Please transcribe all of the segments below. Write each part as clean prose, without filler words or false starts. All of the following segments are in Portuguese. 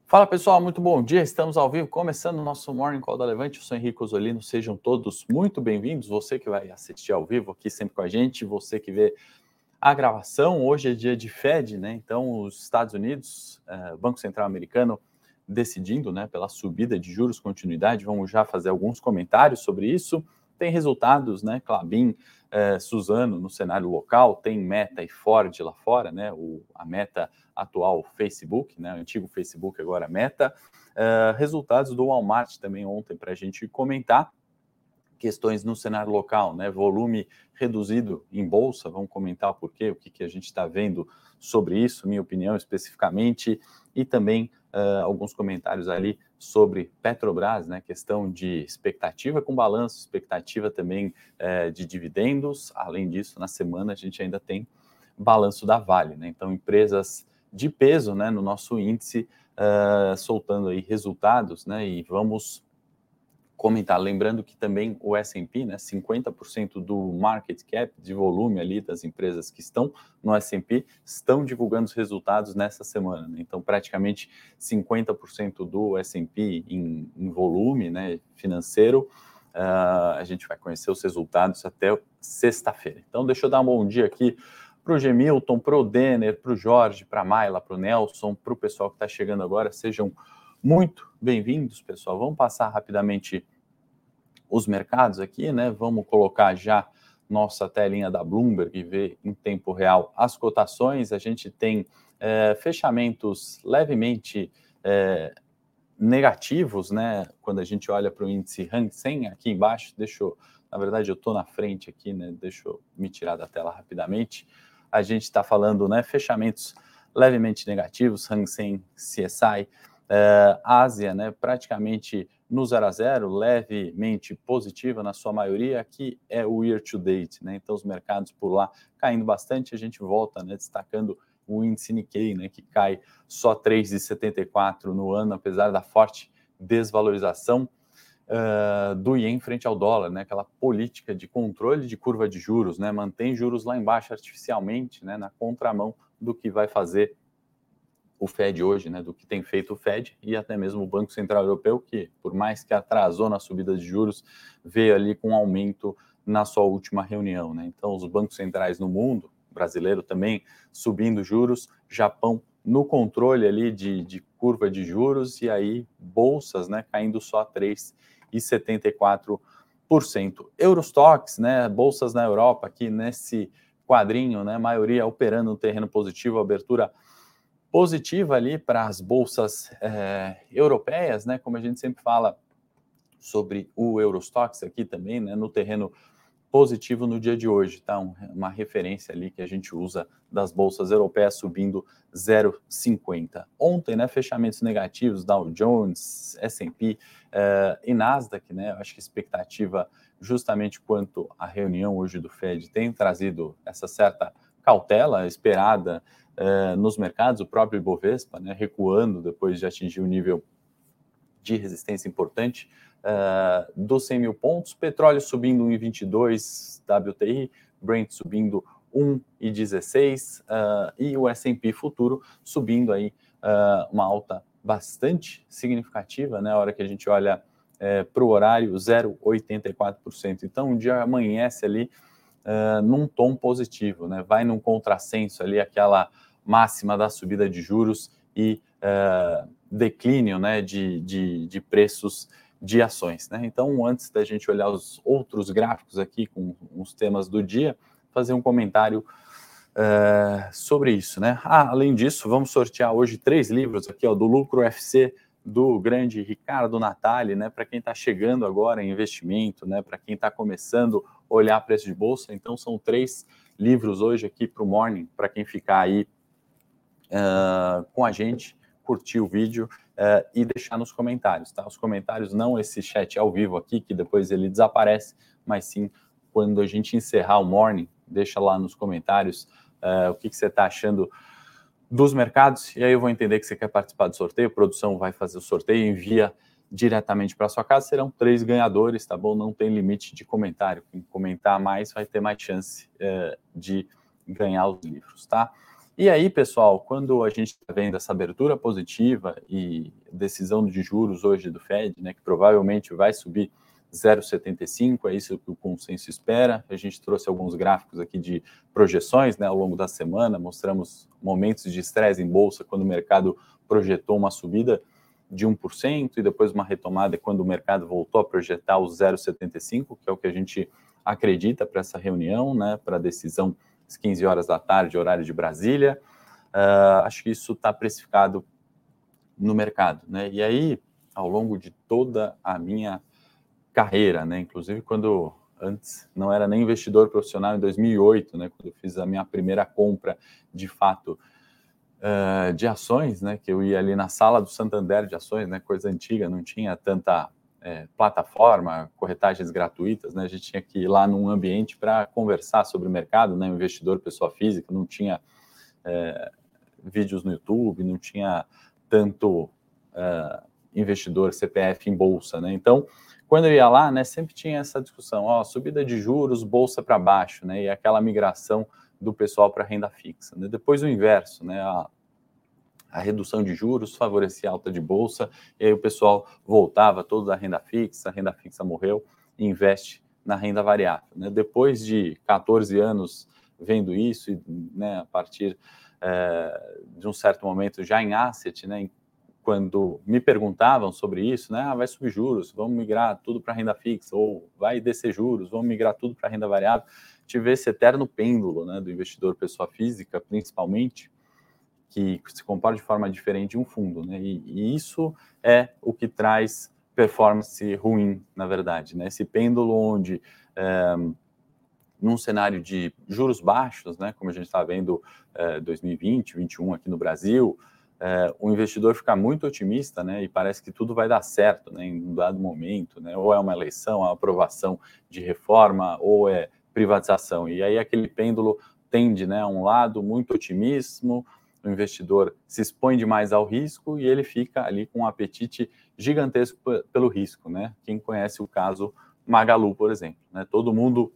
Fala pessoal, muito bom dia, estamos ao vivo, começando o nosso Morning Call da Levante, eu sou Henrique Osolino, sejam todos muito bem-vindos, você que vai assistir ao vivo aqui sempre com a gente, você que vê a gravação, hoje é dia de Fed, né, então os Estados Unidos, Banco Central Americano decidindo, né, pela subida de juros, continuidade, vamos já fazer alguns comentários sobre isso, tem resultados, né, Klabin, Suzano no cenário local, tem Meta e Ford lá fora, né, a Meta atual Facebook, né, o antigo Facebook, agora Meta. Resultados do Walmart também ontem para a gente comentar. Questões no cenário local, né, volume reduzido em bolsa, vamos comentar o porquê, o que a gente está vendo sobre isso, minha opinião especificamente, e também alguns comentários ali sobre Petrobras, né, questão de expectativa com balanço, expectativa também de dividendos, além disso, na semana a gente ainda tem balanço da Vale, né, então empresas de peso, né, no nosso índice, soltando aí resultados, né, e vamos comentar, lembrando que também o S&P, né, 50% do market cap, de volume ali das empresas que estão no S&P, estão divulgando os resultados nessa semana, né? Então praticamente 50% do S&P em volume, né, financeiro, a gente vai conhecer os resultados até sexta-feira. Então deixa eu dar um bom dia aqui para o Gemilton, para o Denner, para o Jorge, para a Mayla, para o Nelson, para o pessoal que está chegando agora, sejam muito bem-vindos, pessoal. Vamos passar rapidamente os mercados aqui, né? Vamos colocar já nossa telinha da Bloomberg e ver em tempo real as cotações. A gente tem fechamentos levemente negativos, né? Quando a gente olha para o índice Hang Seng aqui embaixo, na verdade eu estou na frente aqui, né? Deixa eu me tirar da tela rapidamente. A gente está falando, né? Fechamentos levemente negativos, Hang Seng, CSI, Ásia, né? Praticamente no 0 a 0, levemente positiva na sua maioria. Aqui é o year to date, né? Então os mercados por lá caindo bastante, a gente volta, né, destacando o índice Nikkei, né, que cai só 3,74 no ano, apesar da forte desvalorização do ien frente ao dólar, né, aquela política de controle de curva de juros, né, mantém juros lá embaixo artificialmente, né, na contramão do que vai fazer o Fed hoje, né, do que tem feito o Fed e até mesmo o Banco Central Europeu, que por mais que atrasou na subida de juros, veio ali com um aumento na sua última reunião, né? Então os bancos centrais no mundo, brasileiro também, subindo juros, Japão no controle ali de curva de juros e aí bolsas, né, caindo só 3,74%. Eurostoxx, né, bolsas na Europa aqui nesse quadrinho, né, maioria operando no terreno positivo, abertura positiva ali para as bolsas europeias, né? Como a gente sempre fala sobre o Eurostoxx aqui também, né? No terreno positivo no dia de hoje, tá? Uma referência ali que a gente usa das bolsas europeias subindo 0,50. Ontem, né? Fechamentos negativos, Dow Jones, S&P e Nasdaq, né? Eu acho que a expectativa justamente quanto à reunião hoje do Fed tem trazido essa certa cautela esperada nos mercados, o próprio Ibovespa, né, recuando depois de atingir um nível de resistência importante dos 100 mil pontos, petróleo subindo 1,22, WTI, Brent subindo 1,16 e o S&P futuro subindo aí uma alta bastante significativa, né, a hora que a gente olha para o horário, 0,84%. Então, o dia amanhece ali num tom positivo, né, vai num contrassenso ali, aquela máxima da subida de juros e declínio, né, de preços de ações, né? Então, antes da gente olhar os outros gráficos aqui com os temas do dia, fazer um comentário sobre isso, né? Além disso, vamos sortear hoje 3 livros aqui, ó, do Lucro FC, do grande Ricardo Natali, né? Para quem está chegando agora em investimento, né? Para quem está começando a olhar preço de bolsa, então são 3 livros hoje aqui para o Morning, para quem ficar aí com a gente, curtir o vídeo e deixar nos comentários, tá? Os comentários, não esse chat ao vivo aqui, que depois ele desaparece, mas sim quando a gente encerrar o Morning, deixa lá nos comentários o que você está achando dos mercados, e aí eu vou entender que você quer participar do sorteio, a produção vai fazer o sorteio e envia diretamente para sua casa, serão 3 ganhadores, tá bom? Não tem limite de comentário, quem comentar mais vai ter mais chance de ganhar os livros, tá? E aí, pessoal, quando a gente está vendo essa abertura positiva e decisão de juros hoje do Fed, né, que provavelmente vai subir 0,75, é isso que o consenso espera. A gente trouxe alguns gráficos aqui de projeções, né, ao longo da semana, mostramos momentos de estresse em bolsa quando o mercado projetou uma subida de 1% e depois uma retomada quando o mercado voltou a projetar os 0,75, que é o que a gente acredita para essa reunião, né, para a decisão às 15 horas da tarde, horário de Brasília. Acho que isso está precificado no mercado, né? E aí, ao longo de toda a minha carreira, né, inclusive quando antes não era nem investidor profissional, em 2008, né, quando eu fiz a minha primeira compra, de fato, de ações, né, que eu ia ali na sala do Santander de ações, né, coisa antiga, não tinha tanta plataforma, corretagens gratuitas, né, a gente tinha que ir lá num ambiente para conversar sobre o mercado, né, o investidor, pessoa física, não tinha vídeos no YouTube, não tinha tanto investidor CPF em bolsa, né, então, quando eu ia lá, né, sempre tinha essa discussão, subida de juros, bolsa para baixo, né, e aquela migração do pessoal para renda fixa, né, depois o inverso, né, a redução de juros favorecia a alta de bolsa, e aí o pessoal voltava todo da renda fixa, a renda fixa morreu, e investe na renda variável. Né? Depois de 14 anos vendo isso, e, né, a partir de um certo momento já em asset, né, quando me perguntavam sobre isso, né, vai subir juros, vamos migrar tudo para renda fixa, ou vai descer juros, vamos migrar tudo para renda variável, tive esse eterno pêndulo, né, do investidor pessoa física, principalmente, que se comporta de forma diferente de um fundo, né? E isso é o que traz performance ruim, na verdade, né? Esse pêndulo onde, num cenário de juros baixos, né, como a gente está vendo 2020, 2021 aqui no Brasil, o investidor fica muito otimista, né, e parece que tudo vai dar certo, né, em um dado momento, né, ou é uma eleição, é uma aprovação de reforma, ou é privatização. E aí aquele pêndulo tende, né, a um lado muito otimismo, o investidor se expõe demais ao risco e ele fica ali com um apetite gigantesco pelo risco, né? Quem conhece o caso Magalu, por exemplo, né? Todo mundo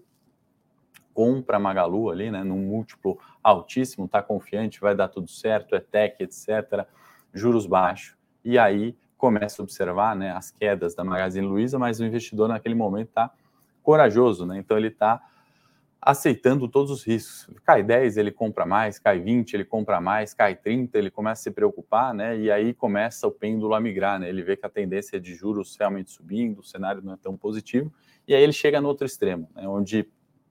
compra Magalu ali, né? Num múltiplo altíssimo, está confiante, vai dar tudo certo, é tech, etc. Juros baixos. E aí começa a observar, né, as quedas da Magazine Luiza, mas o investidor naquele momento está corajoso, né? Então ele está aceitando todos os riscos. Cai 10, ele compra mais, cai 20, ele compra mais, cai 30, ele começa a se preocupar, né? E aí começa o pêndulo a migrar, né? Ele vê que a tendência é de juros realmente subindo, o cenário não é tão positivo, e aí ele chega no outro extremo, né? Onde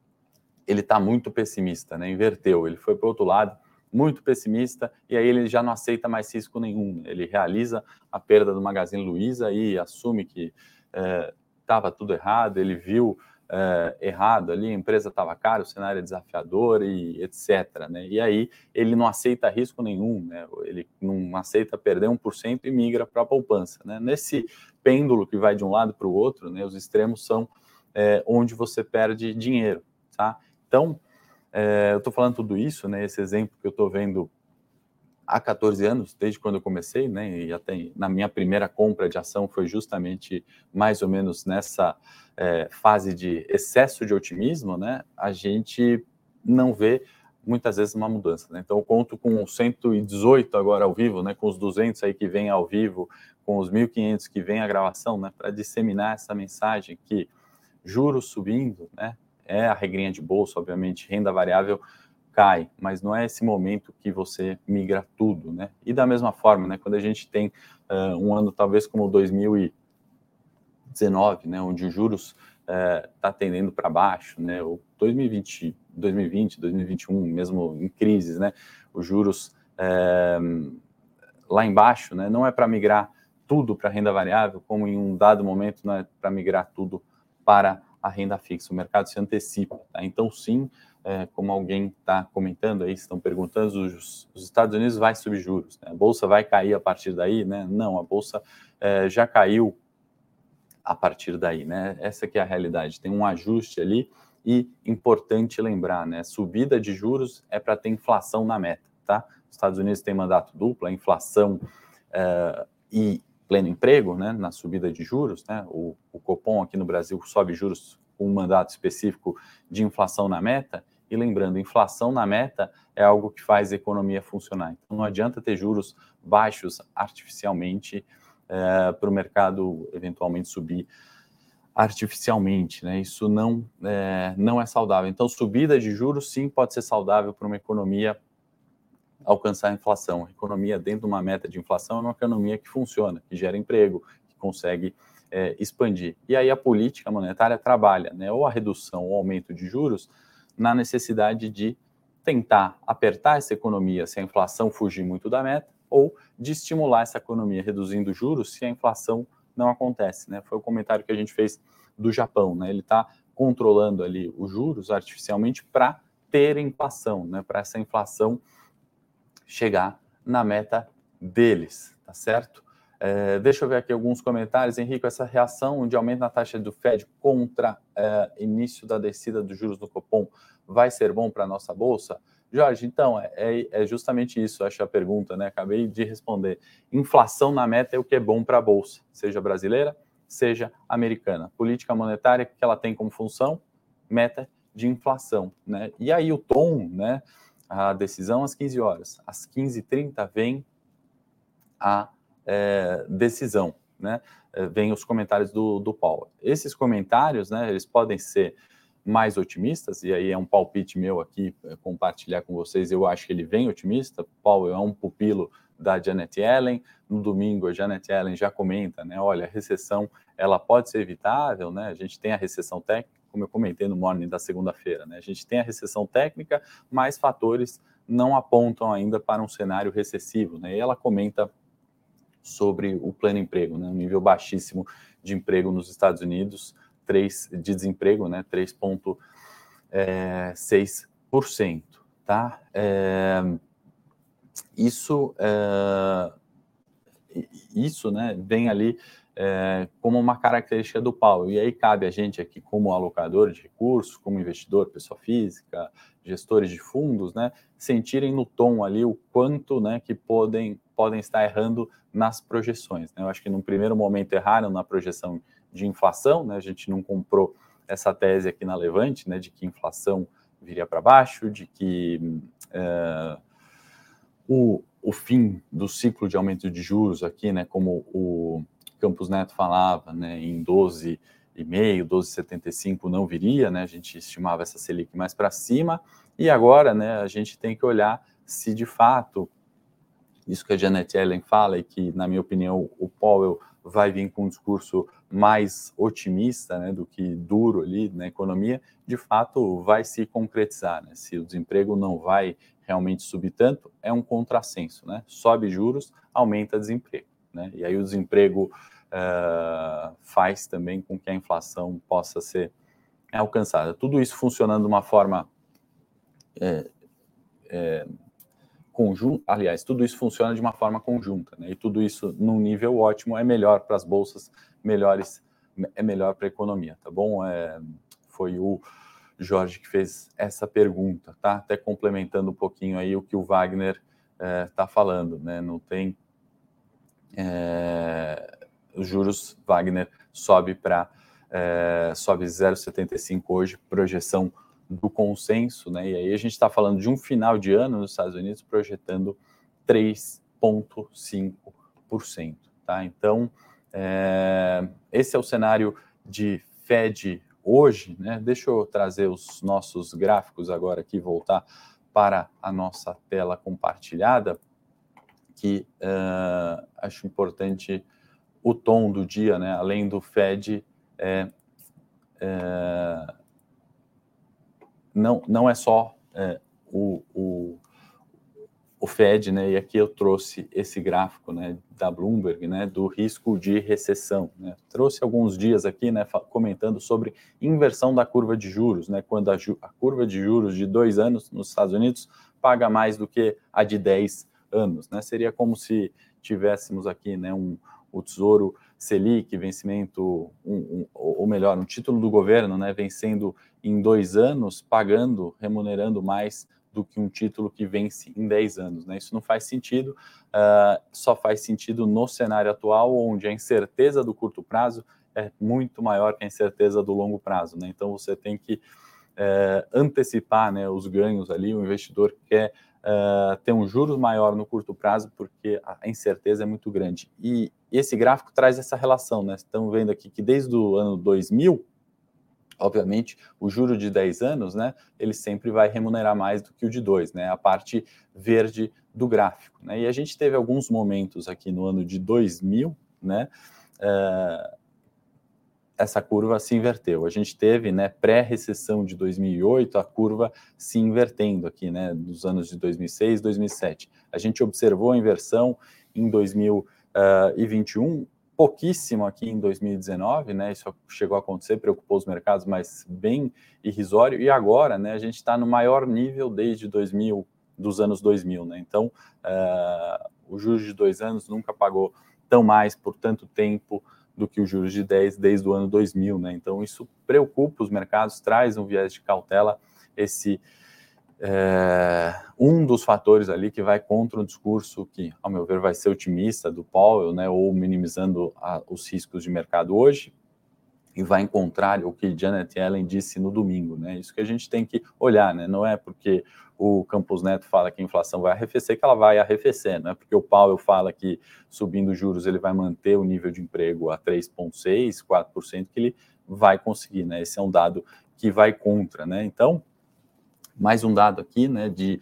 ele está muito pessimista, né? Inverteu, ele foi para o outro lado, muito pessimista, e aí ele já não aceita mais risco nenhum. Ele realiza a perda do Magazine Luiza e assume que estava tudo errado, ele viu errado ali, a empresa estava cara, o cenário é desafiador e etc. Né? E aí ele não aceita risco nenhum, né? Ele não aceita perder 1% e migra para a poupança. Né? Nesse pêndulo que vai de um lado para o outro, né, os extremos são onde você perde dinheiro. Tá? Então, eu estou falando tudo isso, né, esse exemplo que eu estou vendo há 14 anos, desde quando eu comecei, né, e até na minha primeira compra de ação foi justamente mais ou menos nessa fase de excesso de otimismo, né, a gente não vê muitas vezes uma mudança. Né? Então, eu conto com 118 agora ao vivo, né, com os 200 aí que vem ao vivo, com os 1.500 que vem a gravação, né, para disseminar essa mensagem que juros subindo, né, é a regrinha de bolsa, obviamente, renda variável cai, mas não é esse momento que você migra tudo, né? E da mesma forma, né, quando a gente tem um ano talvez como 2019, né, onde os juros está tendendo para baixo, né, ou 2020, 2021, mesmo em crises, né, os juros lá embaixo, né, não é para migrar tudo para renda variável, como em um dado momento não é para migrar tudo para a renda fixa. O mercado se antecipa. Tá? Então, sim, como alguém está comentando aí, estão perguntando, os Estados Unidos vai subir juros. Né? A Bolsa vai cair a partir daí? Né? Não, a Bolsa já caiu a partir daí. Né? Essa que é a realidade. Tem um ajuste ali e importante lembrar, né? Subida de juros é para ter inflação na meta. Tá? Os Estados Unidos têm mandato duplo, a inflação e pleno emprego, né, na subida de juros, né, o Copom aqui no Brasil sobe juros com um mandato específico de inflação na meta, E lembrando, inflação na meta é algo que faz a economia funcionar. Então não adianta ter juros baixos artificialmente para o mercado eventualmente subir artificialmente, né? Isso não é saudável. Então, subida de juros, sim, pode ser saudável para uma economia alcançar a inflação. A economia dentro de uma meta de inflação é uma economia que funciona, que gera emprego, que consegue expandir. E aí a política monetária trabalha, né? Ou a redução ou aumento de juros na necessidade de tentar apertar essa economia se a inflação fugir muito da meta, ou de estimular essa economia reduzindo juros se a inflação não acontece, né? Foi o comentário que a gente fez do Japão, né? Ele está controlando ali os juros artificialmente para ter inflação, né? Para essa inflação chegar na meta deles, tá certo? Deixa eu ver aqui alguns comentários. Henrique, essa reação de aumento na taxa do Fed contra início da descida dos juros do Copom vai ser bom para a nossa bolsa? Jorge, então, é justamente isso, acho a pergunta, né? Acabei de responder. Inflação na meta é o que é bom para a bolsa, seja brasileira, seja americana. Política monetária, que ela tem como função? Meta de inflação, né? E aí o tom, né? A decisão às 15 horas. Às 15h30 vem a decisão, né? Vem os comentários do Powell. Esses comentários, né, eles podem ser mais otimistas, e aí é um palpite meu aqui, compartilhar com vocês, eu acho que ele vem otimista. Powell é um pupilo da Janet Yellen. No domingo, a Janet Yellen já comenta, né, olha, a recessão, ela pode ser evitável, né, a gente tem a recessão técnica, como eu comentei no morning da segunda-feira, né, a gente tem a recessão técnica, mas fatores não apontam ainda para um cenário recessivo, né, e ela comenta sobre o pleno emprego, né, um nível baixíssimo de emprego nos Estados Unidos, de desemprego, né, 3,6%, tá? Isso, né, vem ali como uma característica do Powell. E aí cabe a gente aqui, como alocador de recursos, como investidor, pessoa física, gestores de fundos, né, sentirem no tom ali o quanto, né, que podem estar errando nas projeções, né? Eu acho que num primeiro momento erraram na projeção de inflação, né? A gente não comprou essa tese aqui na Levante, né, de que inflação viria para baixo, de que o fim do ciclo de aumento de juros aqui, né, como o Campos Neto falava, né, em 12,5, 12,75 não viria, né, a gente estimava essa Selic mais para cima, e agora, né, a gente tem que olhar se de fato isso que a Janet Yellen fala e que, na minha opinião, o Powell vai vir com um discurso mais otimista, né, do que duro ali na economia, de fato vai se concretizar, né? Se o desemprego não vai realmente subir tanto, é um contrassenso, né? Sobe juros, aumenta desemprego, né? E aí o desemprego faz também com que a inflação possa ser alcançada. Tudo isso funcionando de uma forma conjunto, aliás, tudo isso funciona de uma forma conjunta, né? E tudo isso num nível ótimo é melhor para as bolsas, é melhor para a economia, tá bom? Foi o Jorge que fez essa pergunta, tá? Até complementando um pouquinho aí o que o Wagner está falando, né? Não tem os juros, Wagner sobe 0,75 hoje, projeção do consenso, né? E aí a gente está falando de um final de ano nos Estados Unidos projetando 3,5%, tá? Então, esse é o cenário de Fed hoje, né? Deixa eu trazer os nossos gráficos agora aqui, voltar para a nossa tela compartilhada, que acho importante o tom do dia, né? Além do Fed, não é só o Fed, né? E aqui eu trouxe esse gráfico, né, da Bloomberg, né, do risco de recessão, né? Trouxe alguns dias aqui, né, comentando sobre inversão da curva de juros, né? Quando a curva de juros de 2 anos nos Estados Unidos paga mais do que a de 10 anos, né? Seria como se tivéssemos aqui, né, o Tesouro Selic, vencimento, ou melhor, um título do governo, né, vencendo em 2 anos, remunerando mais do que um título que vence em 10 anos, né? Isso não faz sentido, só faz sentido no cenário atual, onde a incerteza do curto prazo é muito maior que a incerteza do longo prazo, né? Então você tem que antecipar, né, os ganhos ali, o investidor quer ter um juros maior no curto prazo porque a incerteza é muito grande. E esse gráfico traz essa relação, né? Estamos vendo aqui que desde o ano 2000, obviamente, o juro de 10 anos, né, ele sempre vai remunerar mais do que o de 2, né, a parte verde do gráfico, né, e a gente teve alguns momentos aqui no ano de 2000, né, essa curva se inverteu. A gente teve, né, pré-recessão de 2008, a curva se invertendo aqui, né, dos anos de 2006, 2007. A gente observou a inversão em 2021, pouquíssimo aqui em 2019, né, isso chegou a acontecer, preocupou os mercados, mas bem irrisório, e agora, né, a gente está no maior nível desde 2000, dos anos 2000, né, então, o juros de 2 anos nunca pagou tão mais por tanto tempo do que os juros de 10 desde o ano 2000, né? Então isso preocupa os mercados, traz um viés de cautela, esse um dos fatores ali que vai contra o discurso que, ao meu ver, vai ser otimista do Powell, né? Ou minimizando os riscos de mercado hoje, e vai encontrar o que Janet Yellen disse no domingo, né? Isso que a gente tem que olhar, né? Não é porque o Campos Neto fala que a inflação vai arrefecer que ela vai arrefecer, não é porque o Powell fala que subindo juros ele vai manter o nível de emprego a 3,6%, 4% que ele vai conseguir, né? Esse é um dado que vai contra, né? Então, mais um dado aqui, né, de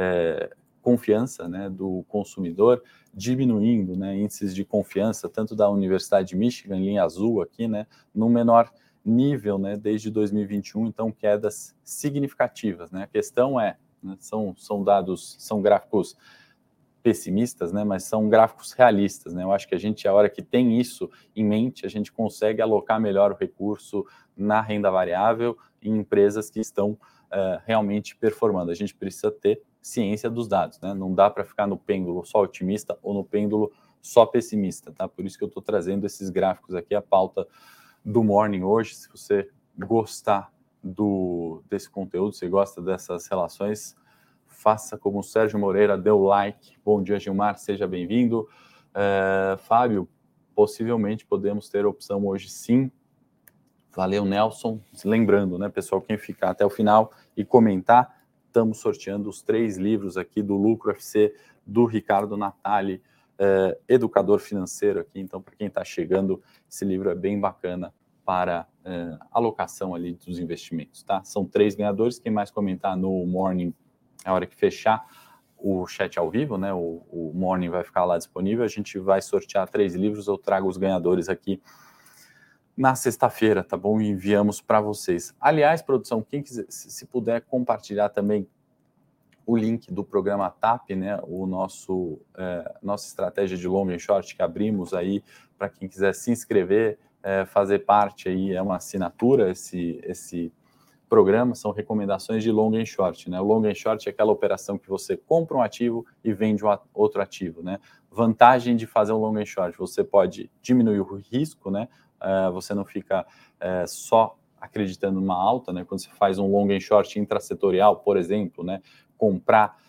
confiança, né, do consumidor diminuindo, né, índices de confiança, tanto da Universidade de Michigan, linha azul aqui, né, no menor nível, né, desde 2021, então quedas significativas, né, a questão né, são dados, são gráficos pessimistas, né, mas são gráficos realistas, né, eu acho que a hora que tem isso em mente, a gente consegue alocar melhor o recurso na renda variável em empresas que estão realmente performando. A gente precisa ter ciência dos dados, né? Não dá para ficar no pêndulo só otimista ou no pêndulo só pessimista, tá? Por isso que eu estou trazendo esses gráficos aqui, a pauta do Morning hoje. Se você gostar desse conteúdo, se gosta dessas relações, faça como o Sérgio Moreira, dê o like. Bom dia, Gilmar, seja bem-vindo. Fábio, possivelmente podemos ter opção hoje sim. Valeu, Nelson. Lembrando, né, pessoal, quem ficar até o final e comentar, estamos sorteando os 3 livros aqui do Lucro FC, do Ricardo Natali, educador financeiro aqui. Então, para quem está chegando, esse livro é bem bacana para alocação ali dos investimentos, tá? São 3 ganhadores. Quem mais comentar no Morning, a hora que fechar o chat ao vivo, né, o Morning vai ficar lá disponível. A gente vai sortear 3 livros, eu trago os ganhadores aqui na sexta-feira, tá bom? E enviamos para vocês. Aliás, produção, quem quiser, se puder compartilhar também o link do programa TAP, né? O nossa estratégia de long and short que abrimos aí para quem quiser se inscrever, fazer parte aí, é uma assinatura esse programa, são recomendações de long and short, né? O long and short é aquela operação que você compra um ativo e vende outro ativo, né? Vantagem de fazer um long and short, você pode diminuir o risco, né? Você não fica só acreditando numa alta, né? Quando você faz um long and short intrasetorial, por exemplo, né? Comprar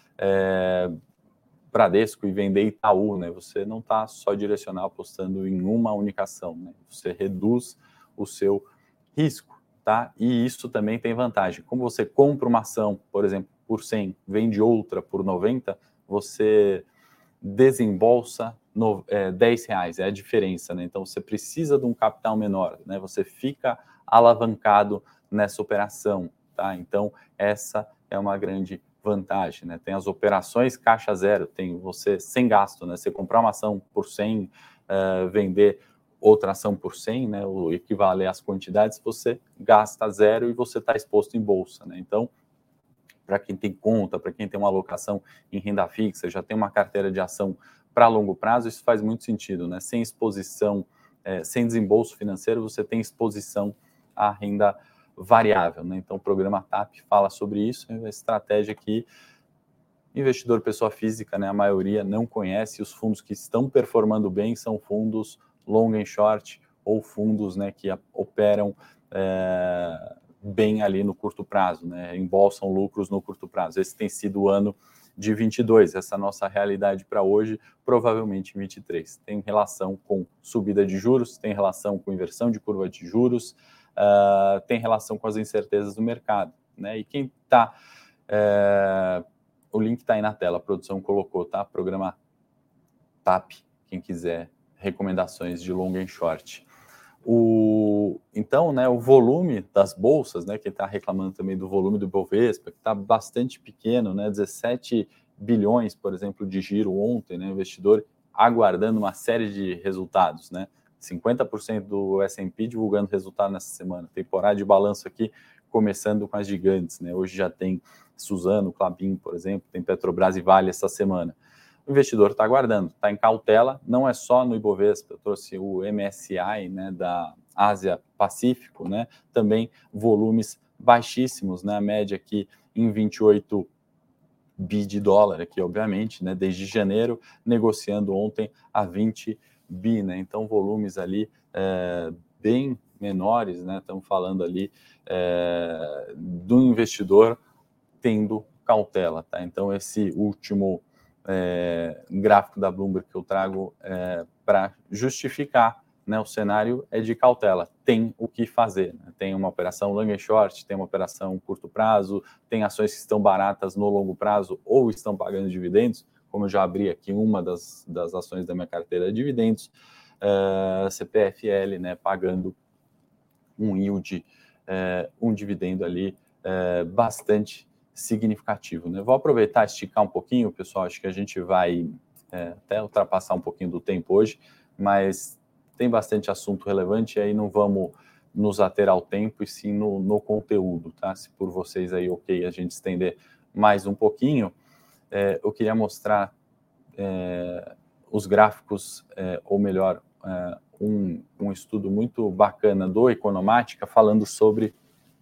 Bradesco e vender Itaú, né? Você não está só direcional apostando em uma única ação, né? Você reduz o seu risco, tá? E isso também tem vantagem. Como você compra uma ação, por exemplo, por 100, vende outra por 90, você desembolsa R$10, é a diferença, né? Então você precisa de um capital menor, né? Você fica alavancado nessa operação, tá? Então essa é uma grande vantagem, né? Tem as operações caixa zero, tem você sem gasto, né? Você comprar uma ação por 100, vender outra ação por 100, né? O equivaler às quantidades, você gasta zero e você está exposto em bolsa, né? Então para quem tem conta, para quem tem uma alocação em renda fixa, já tem uma carteira de ação para longo prazo, isso faz muito sentido, né? Sem exposição, sem desembolso financeiro, você tem exposição à renda variável, né? Então, o programa TAP fala sobre isso, é uma estratégia que investidor pessoa física, né, a maioria não conhece. Os fundos que estão performando bem são fundos long and short ou fundos, né, que operam bem ali no curto prazo, né, embolsam lucros no curto prazo. Esse tem sido o ano de 22, essa nossa realidade para hoje, provavelmente em 23. Tem relação com subida de juros, tem relação com inversão de curva de juros, tem relação com as incertezas do mercado. né? E quem está... o link está aí na tela, a produção colocou, tá? Programa TAP, quem quiser recomendações de long and short. Então, né, o volume das bolsas, né, quem está reclamando também do volume do Bovespa, que está bastante pequeno, né, 17 bilhões, por exemplo, de giro ontem, né, investidor aguardando uma série de resultados, né, 50% do S&P divulgando resultado nessa semana, temporada de balanço aqui começando com as gigantes, né, hoje já tem Suzano, Klabin, por exemplo, tem Petrobras e Vale essa semana. O investidor está aguardando, está em cautela, não é só no Ibovespa, eu trouxe o MSCI, né, da Ásia Pacífico, né, também volumes baixíssimos, né, a média aqui em 28 bi de dólar, aqui obviamente, né, desde janeiro, negociando ontem a 20 bi, né, então volumes ali bem menores, né, estamos falando ali do investidor tendo cautela, tá, então esse último gráfico da Bloomberg que eu trago para justificar, né, o cenário é de cautela, tem o que fazer, né? Tem uma operação long and short, tem uma operação curto prazo, tem ações que estão baratas no longo prazo ou estão pagando dividendos, como eu já abri aqui uma das ações da minha carteira de dividendos, CPFL, né, pagando um yield, um dividendo ali bastante significativo, né? Vou aproveitar e esticar um pouquinho, pessoal, acho que a gente vai até ultrapassar um pouquinho do tempo hoje, mas tem bastante assunto relevante e aí não vamos nos ater ao tempo e sim no conteúdo, tá? Se por vocês aí, ok, a gente estender mais um pouquinho, eu queria mostrar os gráficos, ou melhor, um estudo muito bacana do Economática falando sobre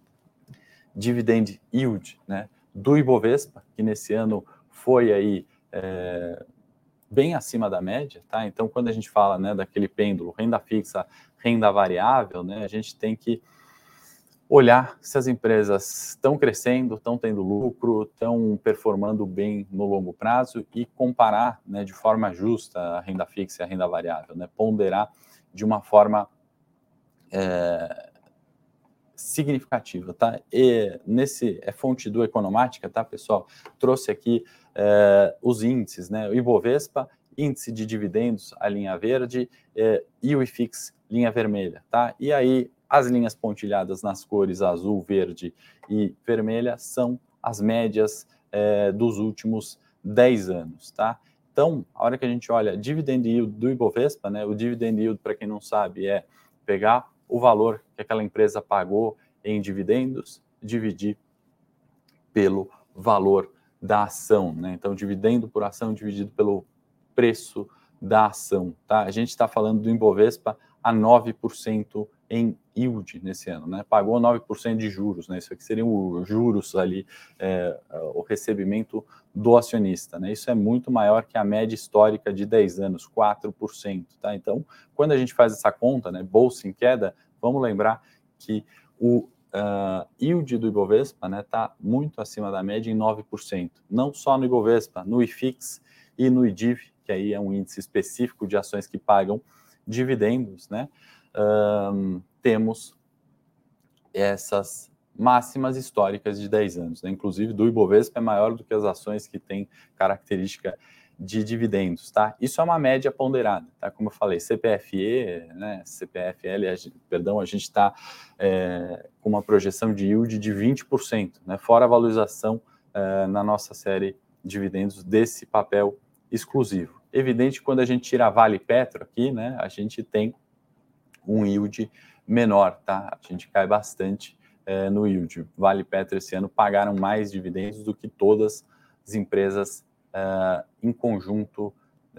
dividend yield, né, do Ibovespa, que nesse ano foi aí bem acima da média, tá? Então, quando a gente fala, né, daquele pêndulo, renda fixa, renda variável, né, a gente tem que olhar se as empresas estão crescendo, estão tendo lucro, estão performando bem no longo prazo e comparar, né, de forma justa a renda fixa e a renda variável, né, ponderar de uma forma significativa, tá? E nesse fonte do Economática, tá, pessoal? Trouxe aqui os índices, né? O Ibovespa, índice de dividendos, a linha verde, e o IFIX, linha vermelha, tá? E aí as linhas pontilhadas nas cores azul, verde e vermelha são as médias dos últimos 10 anos, tá? Então, a hora que a gente olha dividend yield do Ibovespa, né? O dividend yield, para quem não sabe, é pegar o valor que aquela empresa pagou em dividendos, dividir pelo valor da ação, né? Então, dividendo por ação dividido pelo preço da ação, tá? A gente está falando do Ibovespa a 9% em yield nesse ano, né? Pagou 9% de juros, né? Isso aqui seriam os juros ali, o recebimento do acionista, né? Isso é muito maior que a média histórica de 10 anos, 4%, tá? Então, quando a gente faz essa conta, né, bolsa em queda, vamos lembrar que o yield do Ibovespa, né, está muito acima da média em 9%. Não só no Ibovespa, no IFIX e no IDIV, que aí é um índice específico de ações que pagam dividendos, né? Temos essas máximas históricas de 10 anos, né? Inclusive do Ibovespa é maior do que as ações que têm característica de dividendos, tá? Isso é uma média ponderada, tá? Como eu falei, CPFE, né, CPFL, perdão, a gente está com uma projeção de yield de 20%, né? Fora a valorização na nossa série de dividendos desse papel exclusivo. Evidente que quando a gente tira a Vale Petro aqui, né, a gente tem um yield menor, tá? A gente cai bastante no yield. Vale Petro esse ano pagaram mais dividendos do que todas as empresas em conjunto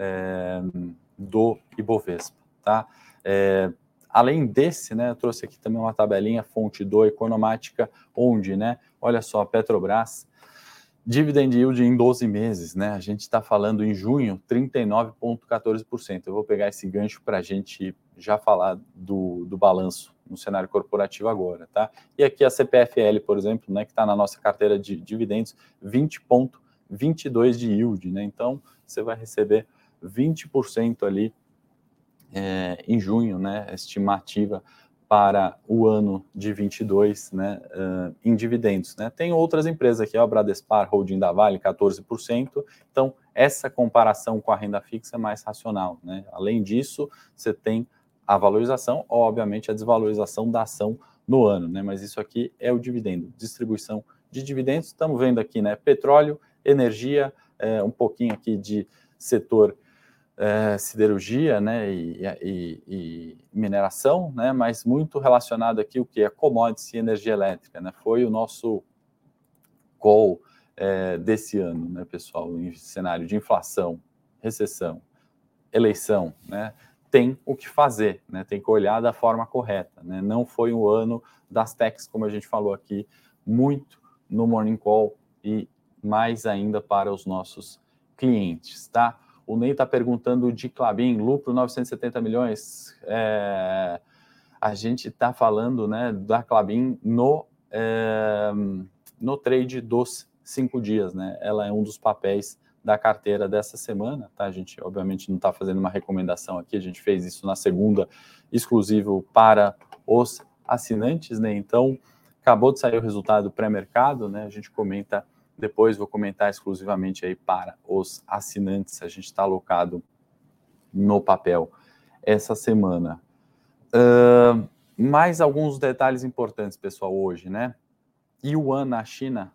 do Ibovespa, tá? Além desse, né, eu trouxe aqui também uma tabelinha, fonte do Economática, onde, né, olha só, Petrobras, dividend yield em 12 meses, né? A gente está falando em junho, 39,14%. Eu vou pegar esse gancho para a gente já falar do balanço no cenário corporativo agora, tá? E aqui a CPFL, por exemplo, né, que está na nossa carteira de dividendos, 20,22% de yield, né? Então, você vai receber 20% ali em junho, né? Estimativa para o ano de 22, né, em dividendos, né? Tem outras empresas aqui, ó, Bradespar, Holding da Vale, 14%. Então, essa comparação com a renda fixa é mais racional, né? Além disso, você tem a valorização, obviamente a desvalorização da ação no ano, né? Mas isso aqui é o dividendo, distribuição de dividendos. Estamos vendo aqui, né? Petróleo, energia, um pouquinho aqui de setor siderurgia, né, e mineração, né, mas muito relacionado aqui o que é commodities e energia elétrica, né, foi o nosso call desse ano, né, pessoal, em cenário de inflação, recessão, eleição, né, tem o que fazer, né, tem que olhar da forma correta, né, não foi o ano das techs, como a gente falou aqui, muito no Morning Call e mais ainda para os nossos clientes, tá? O Ney está perguntando de Klabin, lucro 970 milhões. A gente está falando, né, da Klabin no trade dos 5 dias, né? Ela é um dos papéis da carteira dessa semana, tá? A gente, obviamente, não está fazendo uma recomendação aqui, a gente fez isso na segunda, exclusivo para os assinantes, né? Então, acabou de sair o resultado pré-mercado, né? A gente comenta depois, vou comentar exclusivamente aí para os assinantes. A gente está alocado no papel essa semana. Mais alguns detalhes importantes, pessoal, hoje, né? Wuhan, na China,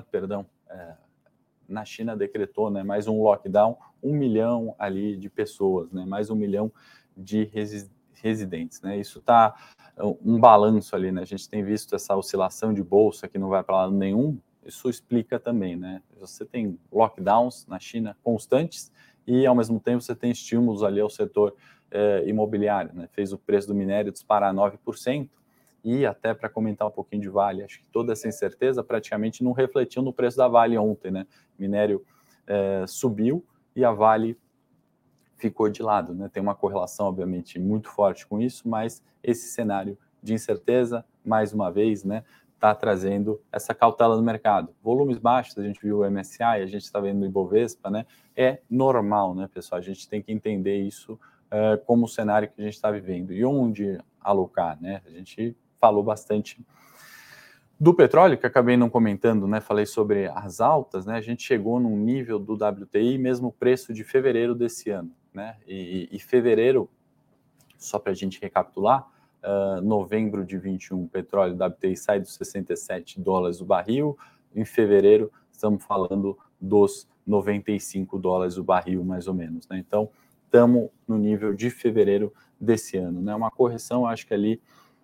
na China decretou, né, mais um lockdown, 1 milhão ali de pessoas, né? Mais 1 milhão de residentes, né? Isso está um balanço ali, né? A gente tem visto essa oscilação de bolsa que não vai para lado nenhum. Isso explica também, né? Você tem lockdowns na China constantes e, ao mesmo tempo, você tem estímulos ali ao setor imobiliário, né? Fez o preço do minério disparar 9%, e até para comentar um pouquinho de Vale, acho que toda essa incerteza praticamente não refletiu no preço da Vale ontem, né? O minério subiu e a Vale ficou de lado, né? Tem uma correlação, obviamente, muito forte com isso, mas esse cenário de incerteza, mais uma vez, né, está trazendo essa cautela no mercado. Volumes baixos, a gente viu o MSCI, a gente está vendo o Ibovespa, né? É normal, né, pessoal? A gente tem que entender isso como o cenário que a gente está vivendo e onde alocar, né? A gente falou bastante do petróleo, que acabei não comentando, né? Falei sobre as altas, né? A gente chegou num nível do WTI, mesmo preço de fevereiro desse ano, né? E fevereiro, só para a gente recapitular, novembro de 21, petróleo WTI sai dos 67 dólares o barril. Em fevereiro, estamos falando dos 95 dólares o barril, mais ou menos, né? Então, estamos no nível de fevereiro desse ano, né? Uma correção, acho que ali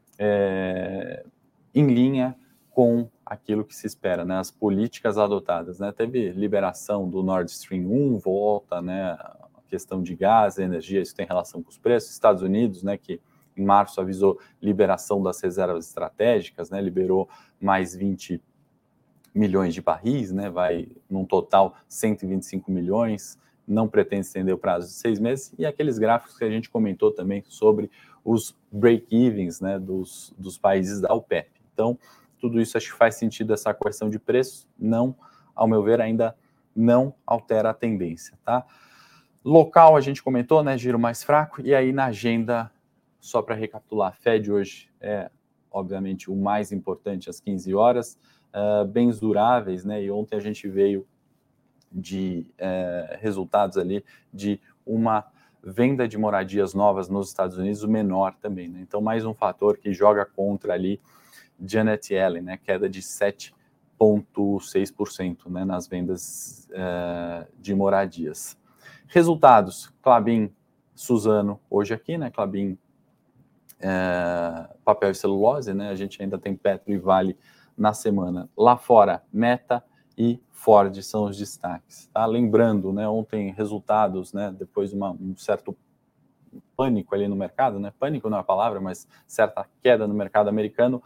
em linha com aquilo que se espera, né? As políticas adotadas, né? Teve liberação do Nord Stream 1, volta, né? A questão de gás, energia, isso tem relação com os preços. Estados Unidos, né? Que em março avisou liberação das reservas estratégicas, né? Liberou mais 20 milhões de barris, né? Vai num total 125 milhões. Não pretende estender o prazo de 6 meses. E aqueles gráficos que a gente comentou também sobre os break-evens, né? Dos países da OPEP. Então, tudo isso acho que faz sentido, essa correção de preço, não, ao meu ver, ainda não altera a tendência, tá? Local, a gente comentou, né, giro mais fraco, e aí na agenda, só para recapitular, Fed hoje é, obviamente, o mais importante às 15 horas, bens duráveis, né, e ontem a gente veio de resultados ali de uma venda de moradias novas nos Estados Unidos, o menor também, né, então mais um fator que joga contra ali Janet Yellen, né, queda de 7,6%, né, nas vendas de moradias. Resultados, Klabin, Suzano, hoje aqui, né, Klabin, papel e celulose, né, a gente ainda tem Petro e Vale na semana. Lá fora, Meta e Ford são os destaques, tá? Lembrando, né, ontem resultados, né, depois de um certo pânico ali no mercado, né, pânico não é a palavra, mas certa queda no mercado americano,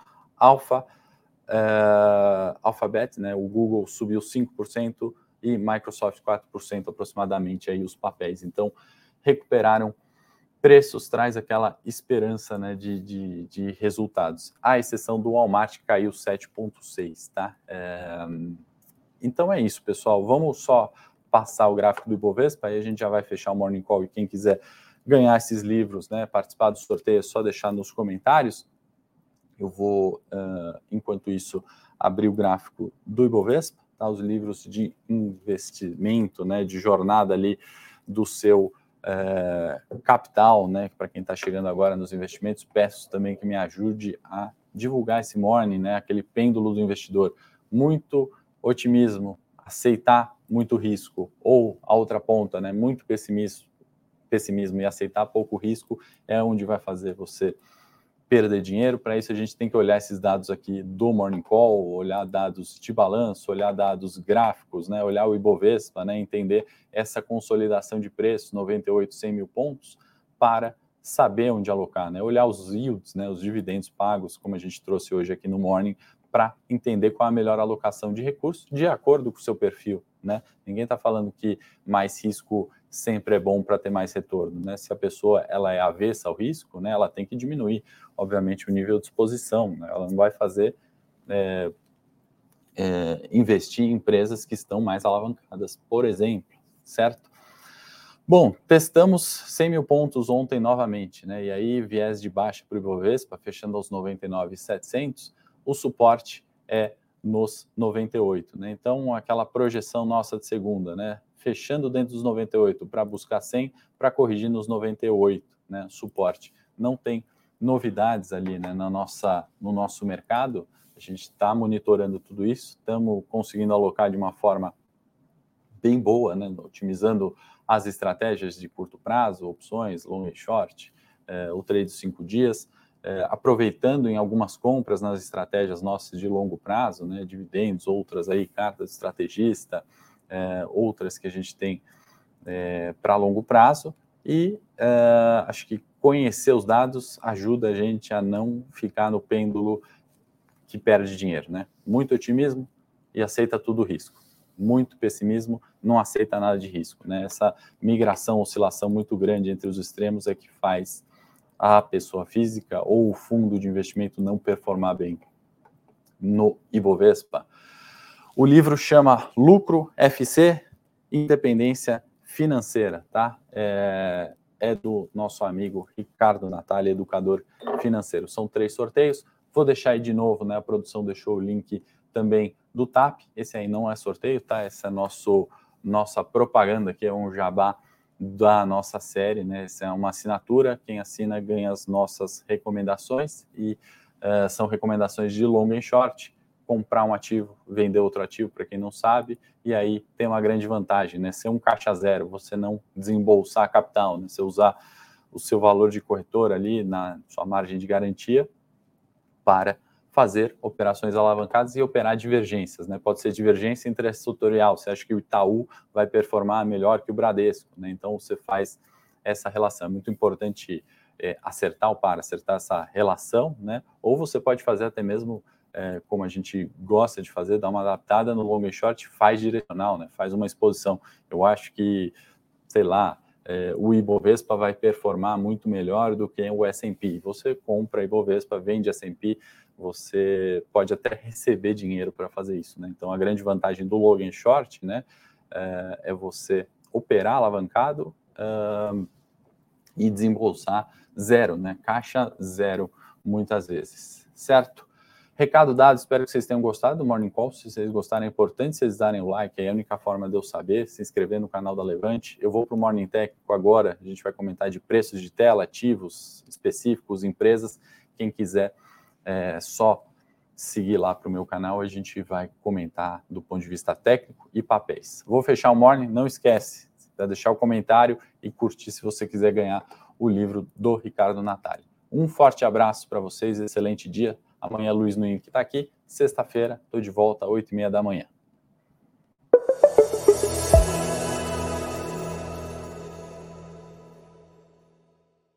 Alphabet, né, o Google subiu 5% e Microsoft 4% aproximadamente aí os papéis. Então, recuperaram preços, traz aquela esperança, né, de resultados. À exceção do Walmart, que caiu 7,6%, tá? Então é isso, pessoal. Vamos só passar o gráfico do Ibovespa, aí a gente já vai fechar o Morning Call, e quem quiser ganhar esses livros, né, participar do sorteio, é só deixar nos comentários. Eu vou, enquanto isso, abrir o gráfico do Ibovespa, tá? Os livros de investimento, né, de jornada ali do seu capital, né, para quem está chegando agora nos investimentos, peço também que me ajude a divulgar esse morning, né, aquele pêndulo do investidor, muito otimismo, aceitar muito risco, ou a outra ponta, né, muito pessimismo e aceitar pouco risco é onde vai fazer você perder dinheiro. Para isso a gente tem que olhar esses dados aqui do Morning Call, olhar dados de balanço, olhar dados gráficos, né, olhar o Ibovespa, né, entender essa consolidação de preço, 98, 100 mil pontos, para saber onde alocar, né, olhar os yields, né, os dividendos pagos, como a gente trouxe hoje aqui no Morning, para entender qual é a melhor alocação de recursos de acordo com o seu perfil, né? Ninguém está falando que mais risco sempre é bom para ter mais retorno, né? Se a pessoa ela é avessa ao risco, né, ela tem que diminuir, obviamente, o nível de exposição, né? Ela não vai fazer investir em empresas que estão mais alavancadas, por exemplo, certo? Bom, testamos 100 mil pontos ontem novamente, né? E aí viés de baixa para o Ibovespa, fechando aos 99.700, o suporte é nos 98, né? Então, aquela projeção nossa de segunda, né? Fechando dentro dos 98 para buscar 100, para corrigir nos 98, né? Suporte. Não tem novidades ali, né? No nosso mercado, a gente está monitorando tudo isso, estamos conseguindo alocar de uma forma bem boa, né? Otimizando as estratégias de curto prazo, opções, long e short, o trade de 5 dias, aproveitando em algumas compras nas estratégias nossas de longo prazo, né, dividendos, outras aí, cartas de estrategista, outras que a gente tem para longo prazo, e acho que conhecer os dados ajuda a gente a não ficar no pêndulo que perde dinheiro, né? Muito otimismo e aceita tudo risco. Muito pessimismo, não aceita nada de risco, né? Essa migração, oscilação muito grande entre os extremos é que faz a pessoa física ou o fundo de investimento não performar bem no Ibovespa. O livro chama Lucro FC, Independência Financeira, tá? É do nosso amigo Ricardo Natali, educador financeiro. São 3 sorteios. Vou deixar aí de novo, né? A produção deixou o link também do TAP. Esse aí não é sorteio, tá? Essa é nossa propaganda, que é um jabá da nossa série, né? Essa é uma assinatura, quem assina ganha as nossas recomendações e são recomendações de long e short, comprar um ativo, vender outro ativo, para quem não sabe, e aí tem uma grande vantagem, né? Ser um caixa zero, você não desembolsar capital, né? Você usar o seu valor de corretor ali na sua margem de garantia para fazer operações alavancadas e operar divergências, né? Pode ser divergência intrasetorial, você acha que o Itaú vai performar melhor que o Bradesco, né? Então você faz essa relação. É muito importante acertar essa relação, né? Ou você pode fazer até mesmo, como a gente gosta de fazer, dar uma adaptada no long e short, faz direcional, né? Faz uma exposição. Eu acho que, sei lá, o Ibovespa vai performar muito melhor do que o S&P. Você compra Ibovespa, vende S&P, você pode até receber dinheiro para fazer isso, né? Então, a grande vantagem do long and short, né, é você operar alavancado e desembolsar zero, né? Caixa zero, muitas vezes, certo? Recado dado, espero que vocês tenham gostado do Morning Call. Se vocês gostarem, é importante vocês darem o like, é a única forma de eu saber, se inscrever no canal da Levante. Eu vou para o Morning Técnico agora, a gente vai comentar de preços de tela, ativos específicos, empresas. Quem quiser, só seguir lá para o meu canal, a gente vai comentar do ponto de vista técnico e papéis. Vou fechar o Morning, não esquece de deixar o comentário e curtir se você quiser ganhar o livro do Ricardo Natali. Um forte abraço para vocês, excelente dia. Amanhã Luiz Nunes que está aqui. Sexta-feira, estou de volta às 8h30 da manhã.